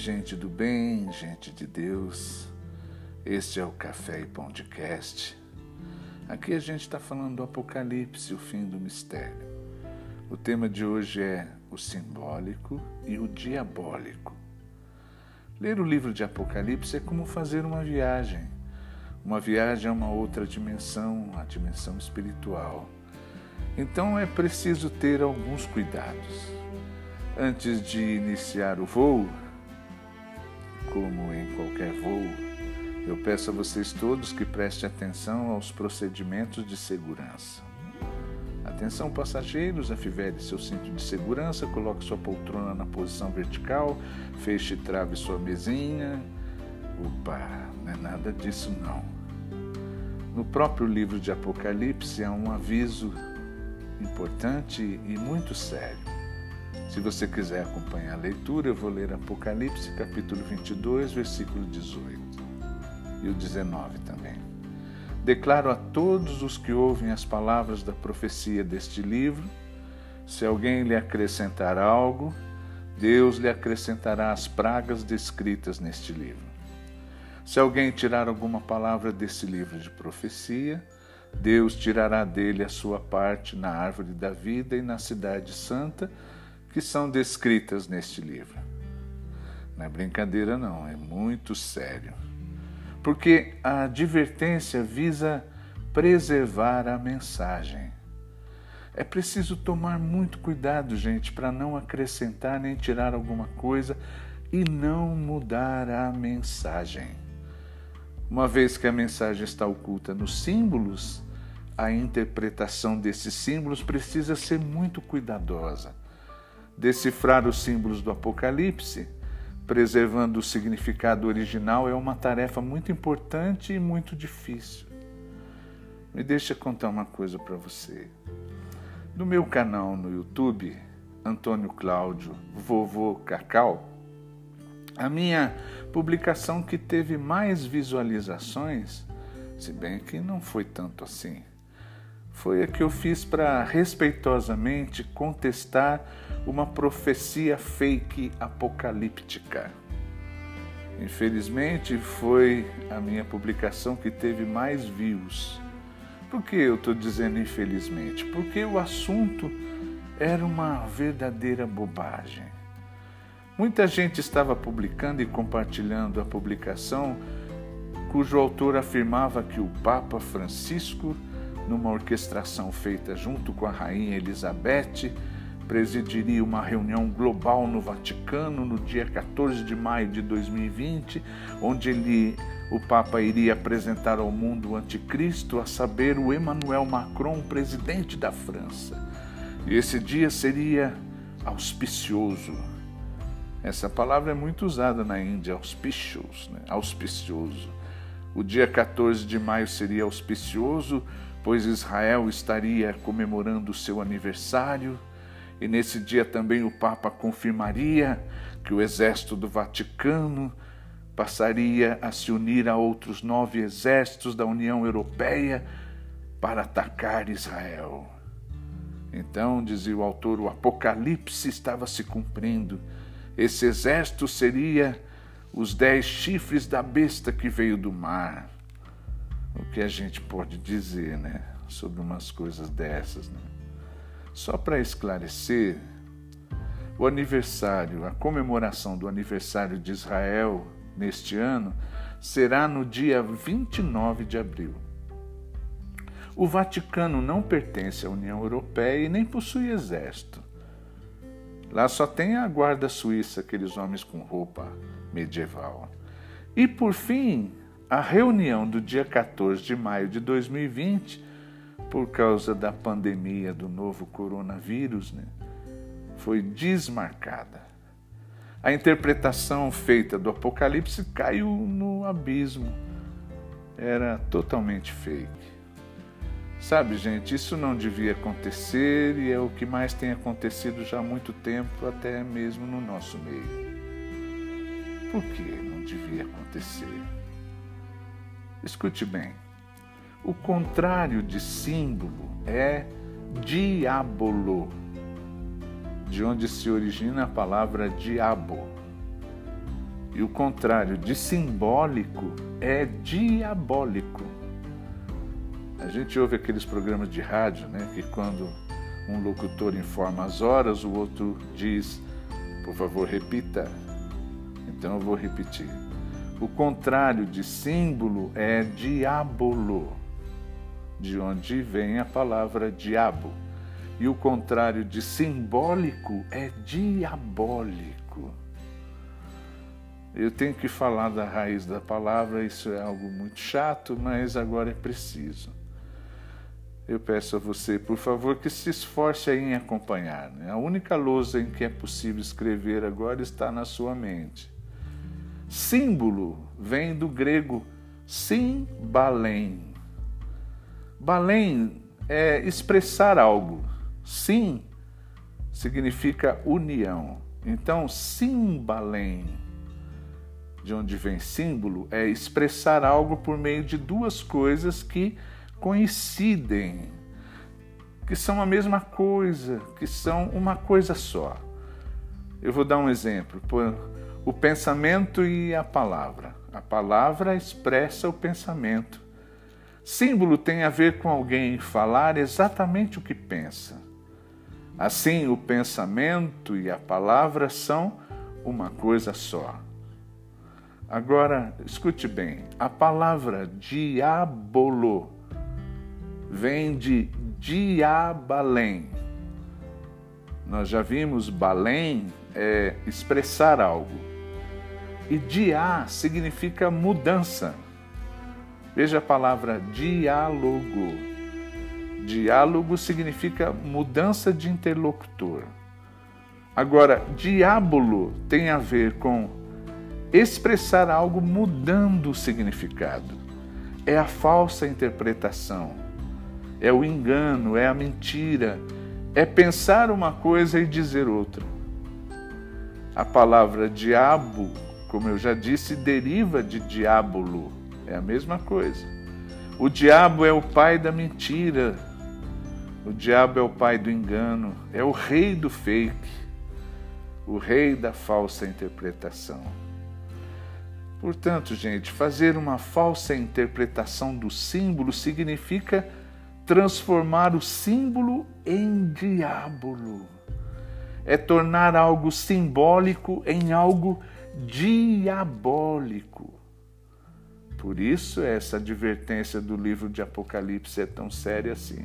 Gente do bem, gente de Deus, este é o Café e Podcast. Aqui a gente está falando do Apocalipse, o fim do mistério. O tema de hoje é o simbólico e o diabólico. Ler o livro de Apocalipse é como fazer uma viagem. Uma viagem a uma outra dimensão, a dimensão espiritual. Então é preciso ter alguns cuidados. Antes de iniciar o voo, como em qualquer voo, eu peço a vocês todos que prestem atenção aos procedimentos de segurança. Atenção passageiros, afivele seu cinto de segurança, coloque sua poltrona na posição vertical, feche e trave sua mesinha. Opa, não é nada disso não. No próprio livro de Apocalipse há um aviso importante e muito sério. Se você quiser acompanhar a leitura, eu vou ler Apocalipse, capítulo 22, versículo 18 e o 19 também. Declaro a todos os que ouvem as palavras da profecia deste livro, se alguém lhe acrescentar algo, Deus lhe acrescentará as pragas descritas neste livro. Se alguém tirar alguma palavra desse livro de profecia, Deus tirará dele a sua parte na árvore da vida e na cidade santa, que são descritas neste livro. Não é brincadeira não, é muito sério. Porque a advertência visa preservar a mensagem. É preciso tomar muito cuidado, gente, para não acrescentar nem tirar alguma coisa e não mudar a mensagem. Uma vez que a mensagem está oculta nos símbolos, a interpretação desses símbolos precisa ser muito cuidadosa. Decifrar os símbolos do Apocalipse, preservando o significado original, é uma tarefa muito importante e muito difícil. Me deixa contar uma coisa para você. No meu canal no YouTube, Antônio Cláudio Vovô Cacau, a minha publicação que teve mais visualizações, se bem que não foi tanto assim, foi a que eu fiz para respeitosamente contestar uma profecia fake apocalíptica. Infelizmente, foi a minha publicação que teve mais views. Por que eu estou dizendo infelizmente? Porque o assunto era uma verdadeira bobagem. Muita gente estava publicando e compartilhando a publicação cujo autor afirmava que o Papa Francisco, numa orquestração feita junto com a Rainha Elizabeth, presidiria uma reunião global no Vaticano no dia 14 de maio de 2020, onde o Papa iria apresentar ao mundo o anticristo, a saber, o Emmanuel Macron, presidente da França. E esse dia seria auspicioso. Essa palavra é muito usada na Índia, auspicious, né? Auspicioso. O dia 14 de maio seria auspicioso, pois Israel estaria comemorando o seu aniversário, e nesse dia também o Papa confirmaria que o exército do Vaticano passaria a se unir a outros 9 exércitos da União Europeia para atacar Israel. Então, dizia o autor, o Apocalipse estava se cumprindo. Esse exército seria os 10 chifres da besta que veio do mar. O que a gente pode dizer, né, sobre umas coisas dessas, né? Só para esclarecer, o aniversário, a comemoração do aniversário de Israel neste ano será no dia 29 de abril. O Vaticano não pertence à União Europeia e nem possui exército. Lá só tem a guarda suíça, aqueles homens com roupa medieval. E por fim, a reunião do dia 14 de maio de 2020, por causa da pandemia do novo coronavírus, né, foi desmarcada. A interpretação feita do Apocalipse caiu no abismo. Era totalmente fake. Sabe, gente, isso não devia acontecer e é o que mais tem acontecido já há muito tempo, até mesmo no nosso meio. Por que não devia acontecer? Escute bem. O contrário de símbolo é diabolo, de onde se origina a palavra diabo. E o contrário de simbólico é diabólico. A gente ouve aqueles programas de rádio, né, que quando um locutor informa as horas, o outro diz, por favor, repita. Então eu vou repetir. O contrário de símbolo é diabolo, de onde vem a palavra diabo. E o contrário de simbólico é diabólico. Eu tenho que falar da raiz da palavra, isso é algo muito chato, mas agora é preciso. Eu peço a você, por favor, que se esforce aí em acompanhar, né? A única lousa em que é possível escrever agora está na sua mente. Símbolo vem do grego sim-balém. Balém é expressar algo. Sim significa união. Então, sim-balém, de onde vem símbolo, é expressar algo por meio de duas coisas que coincidem, que são a mesma coisa, que são uma coisa só. Eu vou dar um exemplo. O pensamento e a palavra. A palavra expressa o pensamento. Símbolo tem a ver com alguém falar exatamente o que pensa. Assim, o pensamento e a palavra são uma coisa só. Agora, escute bem, a palavra diabolo vem de diabalém. Nós já vimos balém é expressar algo. E diá significa mudança. Veja a palavra diálogo. Diálogo significa mudança de interlocutor. Agora, diabolo tem a ver com expressar algo mudando o significado. É a falsa interpretação, é o engano, é a mentira, é pensar uma coisa e dizer outra. A palavra diabo, como eu já disse, deriva de diabolo, é a mesma coisa. O diabo é o pai da mentira, o diabo é o pai do engano, é o rei do fake, o rei da falsa interpretação. Portanto, gente, fazer uma falsa interpretação do símbolo significa transformar o símbolo em diabolo. É tornar algo simbólico em algo diabólico. Por isso, essa advertência do livro de Apocalipse é tão séria assim.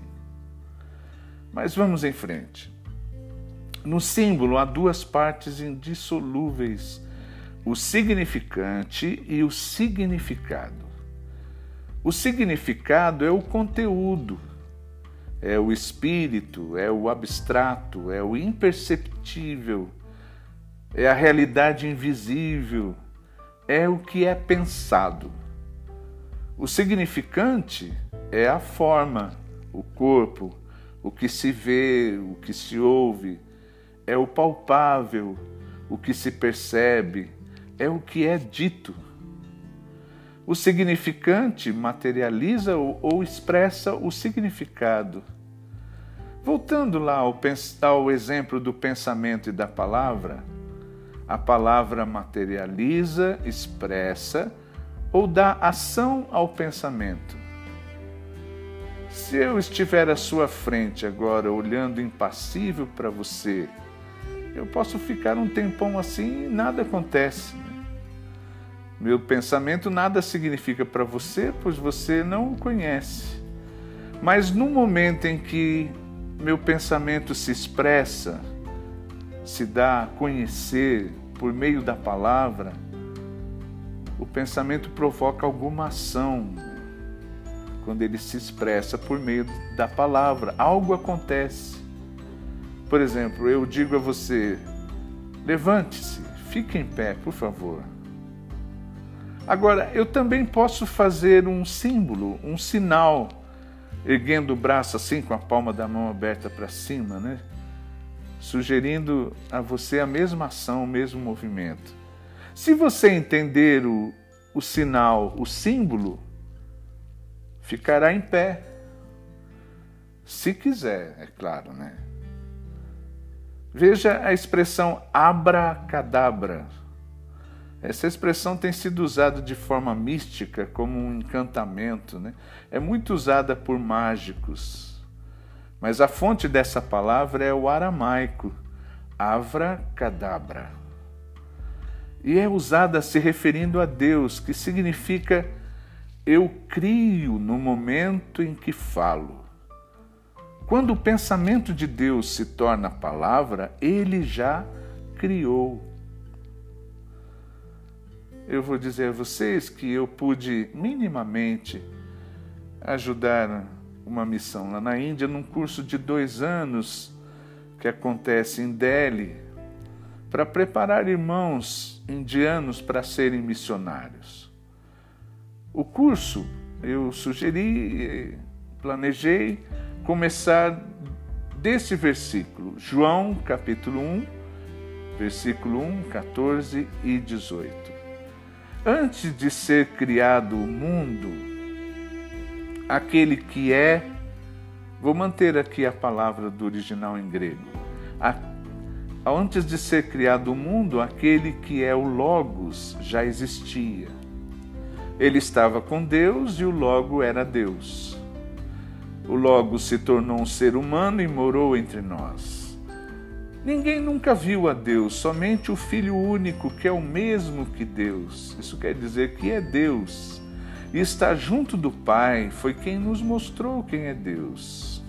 Mas vamos em frente. No símbolo há duas partes indissolúveis: o significante e o significado. O significado é o conteúdo, é o espírito, é o abstrato, é o imperceptível, é a realidade invisível, é o que é pensado. O significante é a forma, o corpo, o que se vê, o que se ouve, é o palpável, o que se percebe, é o que é dito. O significante materializa ou expressa o significado. Voltando lá ao exemplo do pensamento e da palavra, a palavra materializa, expressa ou dá ação ao pensamento. Se eu estiver à sua frente agora, olhando impassível para você, eu posso ficar um tempão assim e nada acontece. Meu pensamento nada significa para você, pois você não o conhece. Mas no momento em que meu pensamento se expressa, se dá a conhecer por meio da palavra, o pensamento provoca alguma ação. Quando ele se expressa por meio da palavra, algo acontece. Por exemplo, eu digo a você, levante-se, fique em pé, por favor. Agora, eu também posso fazer um símbolo, um sinal, erguendo o braço assim, com a palma da mão aberta para cima, né? Sugerindo a você a mesma ação, o mesmo movimento. Se você entender o sinal, o símbolo, ficará em pé. Se quiser, é claro, né? Veja a expressão abracadabra. Essa expressão tem sido usada de forma mística como um encantamento, né? É muito usada por mágicos. Mas a fonte dessa palavra é o aramaico, avracadabra. E é usada se referindo a Deus, que significa eu crio no momento em que falo. Quando o pensamento de Deus se torna palavra, ele já criou. Eu vou dizer a vocês que eu pude minimamente ajudar uma missão lá na Índia, num curso de 2 anos que acontece em Delhi, para preparar irmãos indianos para serem missionários. O curso, eu sugeri, planejei começar desse versículo, João capítulo 1, versículo 1, 14 e 18. Antes de ser criado o mundo, aquele que é, vou manter aqui a palavra do original em grego, antes de ser criado o mundo, aquele que é o Logos já existia. Ele estava com Deus e o Logo era Deus. O Logos se tornou um ser humano e morou entre nós. Ninguém nunca viu a Deus, somente o Filho único, que é o mesmo que Deus. Isso quer dizer que é Deus. E está junto do Pai, foi quem nos mostrou quem é Deus.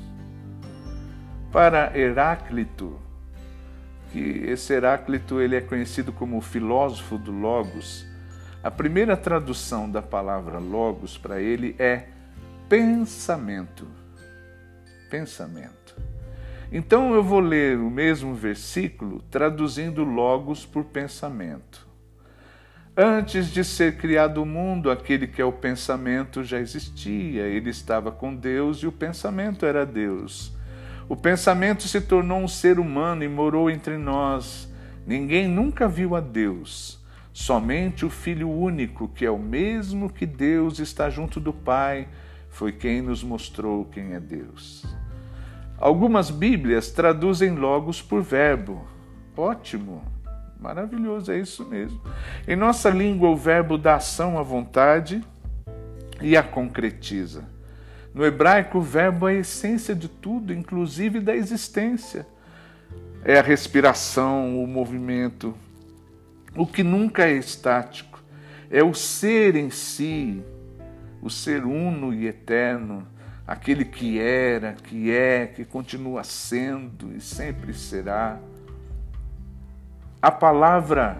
Para Heráclito, que esse Heráclito ele é conhecido como o filósofo do Logos, a primeira tradução da palavra Logos para ele é pensamento. Pensamento. Então eu vou ler o mesmo versículo traduzindo Logos por pensamento. Antes de ser criado o mundo, aquele que é o pensamento já existia. Ele estava com Deus e o pensamento era Deus. O pensamento se tornou um ser humano e morou entre nós. Ninguém nunca viu a Deus. Somente o Filho único, que é o mesmo que Deus, está junto do Pai, foi quem nos mostrou quem é Deus. Algumas Bíblias traduzem Logos por verbo. Ótimo, maravilhoso, é isso mesmo. Em nossa língua, o verbo dá ação à vontade e a concretiza. No hebraico, o verbo é a essência de tudo, inclusive da existência. É a respiração, o movimento, o que nunca é estático. É o ser em si, o ser uno e eterno, aquele que era, que é, que continua sendo e sempre será. A palavra,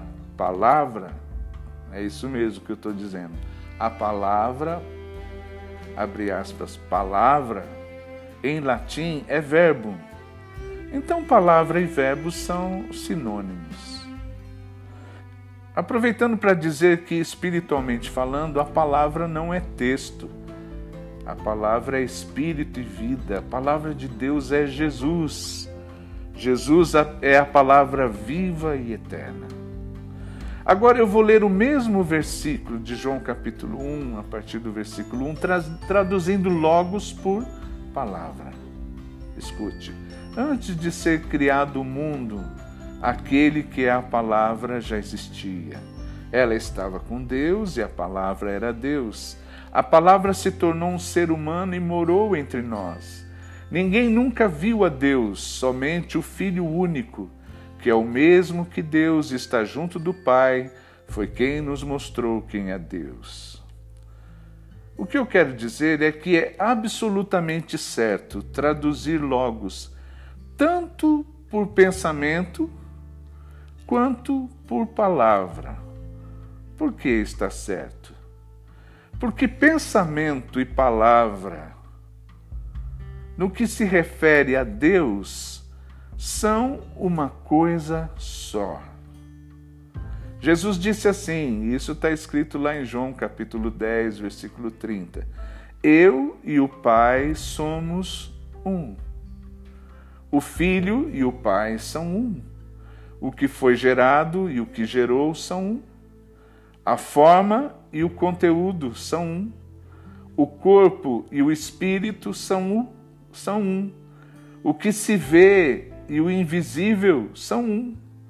é isso mesmo que eu estou dizendo. A palavra, abre aspas, palavra, em latim é verbo. Então palavra e verbo são sinônimos. Aproveitando para dizer que, espiritualmente falando, a palavra não é texto. A palavra é espírito e vida. A palavra de Deus é Jesus. Jesus é a palavra viva e eterna. Agora eu vou ler o mesmo versículo de João capítulo 1, a partir do versículo 1, traduzindo Logos por palavra. Escute. Antes de ser criado o mundo, aquele que é a palavra já existia. Ela estava com Deus e a palavra era Deus. A palavra se tornou um ser humano e morou entre nós. Ninguém nunca viu a Deus, somente o Filho único, que é o mesmo que Deus, está junto do Pai, foi quem nos mostrou quem é Deus. O que eu quero dizer é que é absolutamente certo traduzir Logos tanto por pensamento quanto por palavra. Por que está certo? Porque pensamento e palavra, no que se refere a Deus, são uma coisa só. Jesus disse assim, isso está escrito lá em João capítulo 10, versículo 30. Eu e o Pai somos um. O Filho e o Pai são um. O que foi gerado e o que gerou são um. A forma e o conteúdo são um. O corpo e o espírito são um. O que se vê e o invisível são um.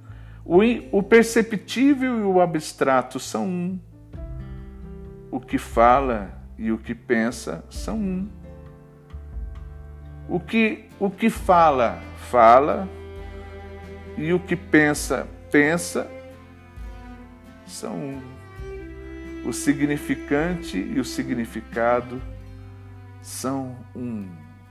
O perceptível e o abstrato são um. O que fala e o que pensa são um. O que fala, fala, e o que pensa, pensa, são um. O significante e o significado são um.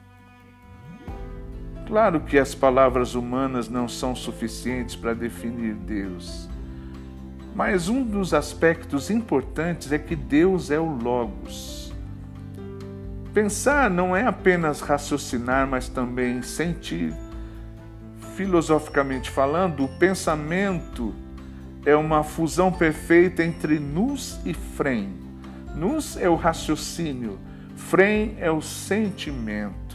Claro que as palavras humanas não são suficientes para definir Deus, mas um dos aspectos importantes é que Deus é o Logos. Pensar não é apenas raciocinar, mas também sentir. Filosoficamente falando, o pensamento é uma fusão perfeita entre nous e frem. Nous é o raciocínio, frem é o sentimento.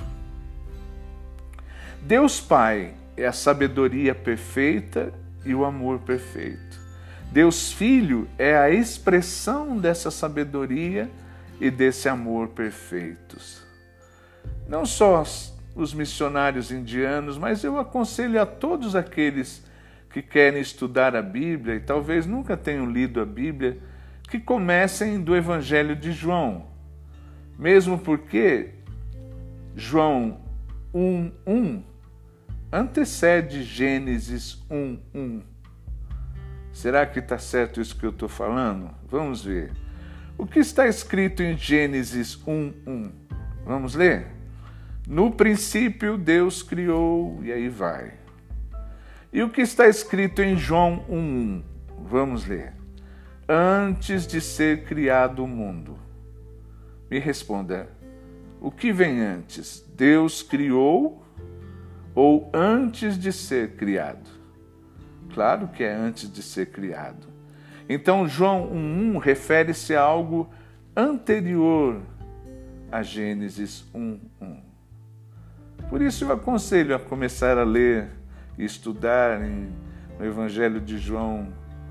Deus Pai é a sabedoria perfeita e o amor perfeito. Deus Filho é a expressão dessa sabedoria e desse amor perfeitos. Não só os missionários indianos, mas eu aconselho a todos aqueles que querem estudar a Bíblia e talvez nunca tenham lido a Bíblia, que comecem do Evangelho de João. Mesmo porque João 1:1 antecede Gênesis 1:1. Será que está certo isso que eu estou falando? Vamos ver. O que está escrito em Gênesis 1:1? Vamos ler? No princípio Deus criou, e aí vai. E o que está escrito em João 1:1? Vamos ler. Antes de ser criado o mundo. Me responda, o que vem antes? Deus criou ou antes de ser criado? Claro que é antes de ser criado. Então, João 1:1 refere-se a algo anterior a Gênesis 1:1. Por isso eu aconselho a começar a ler e estudar no Evangelho de João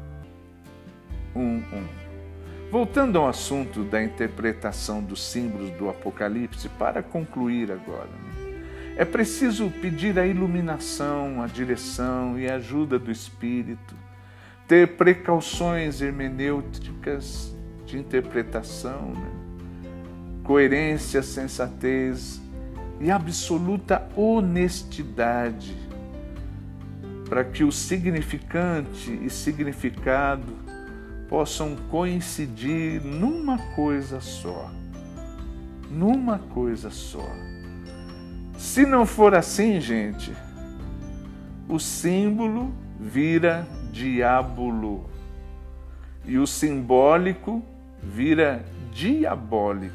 1:1. Voltando ao assunto da interpretação dos símbolos do Apocalipse, para concluir agora, é preciso pedir a iluminação, a direção e a ajuda do Espírito, ter precauções hermenêuticas de interpretação, coerência, sensatez e absoluta honestidade, para que o significante e significado possam coincidir numa coisa só. Numa coisa só. Se não for assim, gente, o símbolo vira diábulo e o simbólico vira diabólico.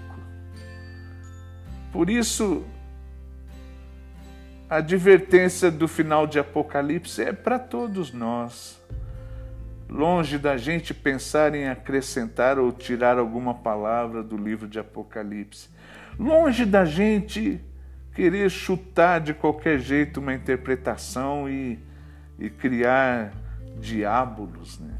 Por isso, a advertência do final de Apocalipse é para todos nós. Longe da gente pensar em acrescentar ou tirar alguma palavra do livro de Apocalipse. Longe da gente querer chutar de qualquer jeito uma interpretação e criar diábolos, né?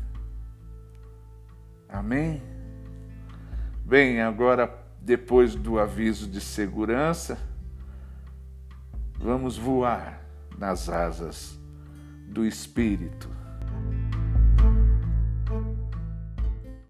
Amém? Bem, agora, depois do aviso de segurança, vamos voar nas asas do Espírito.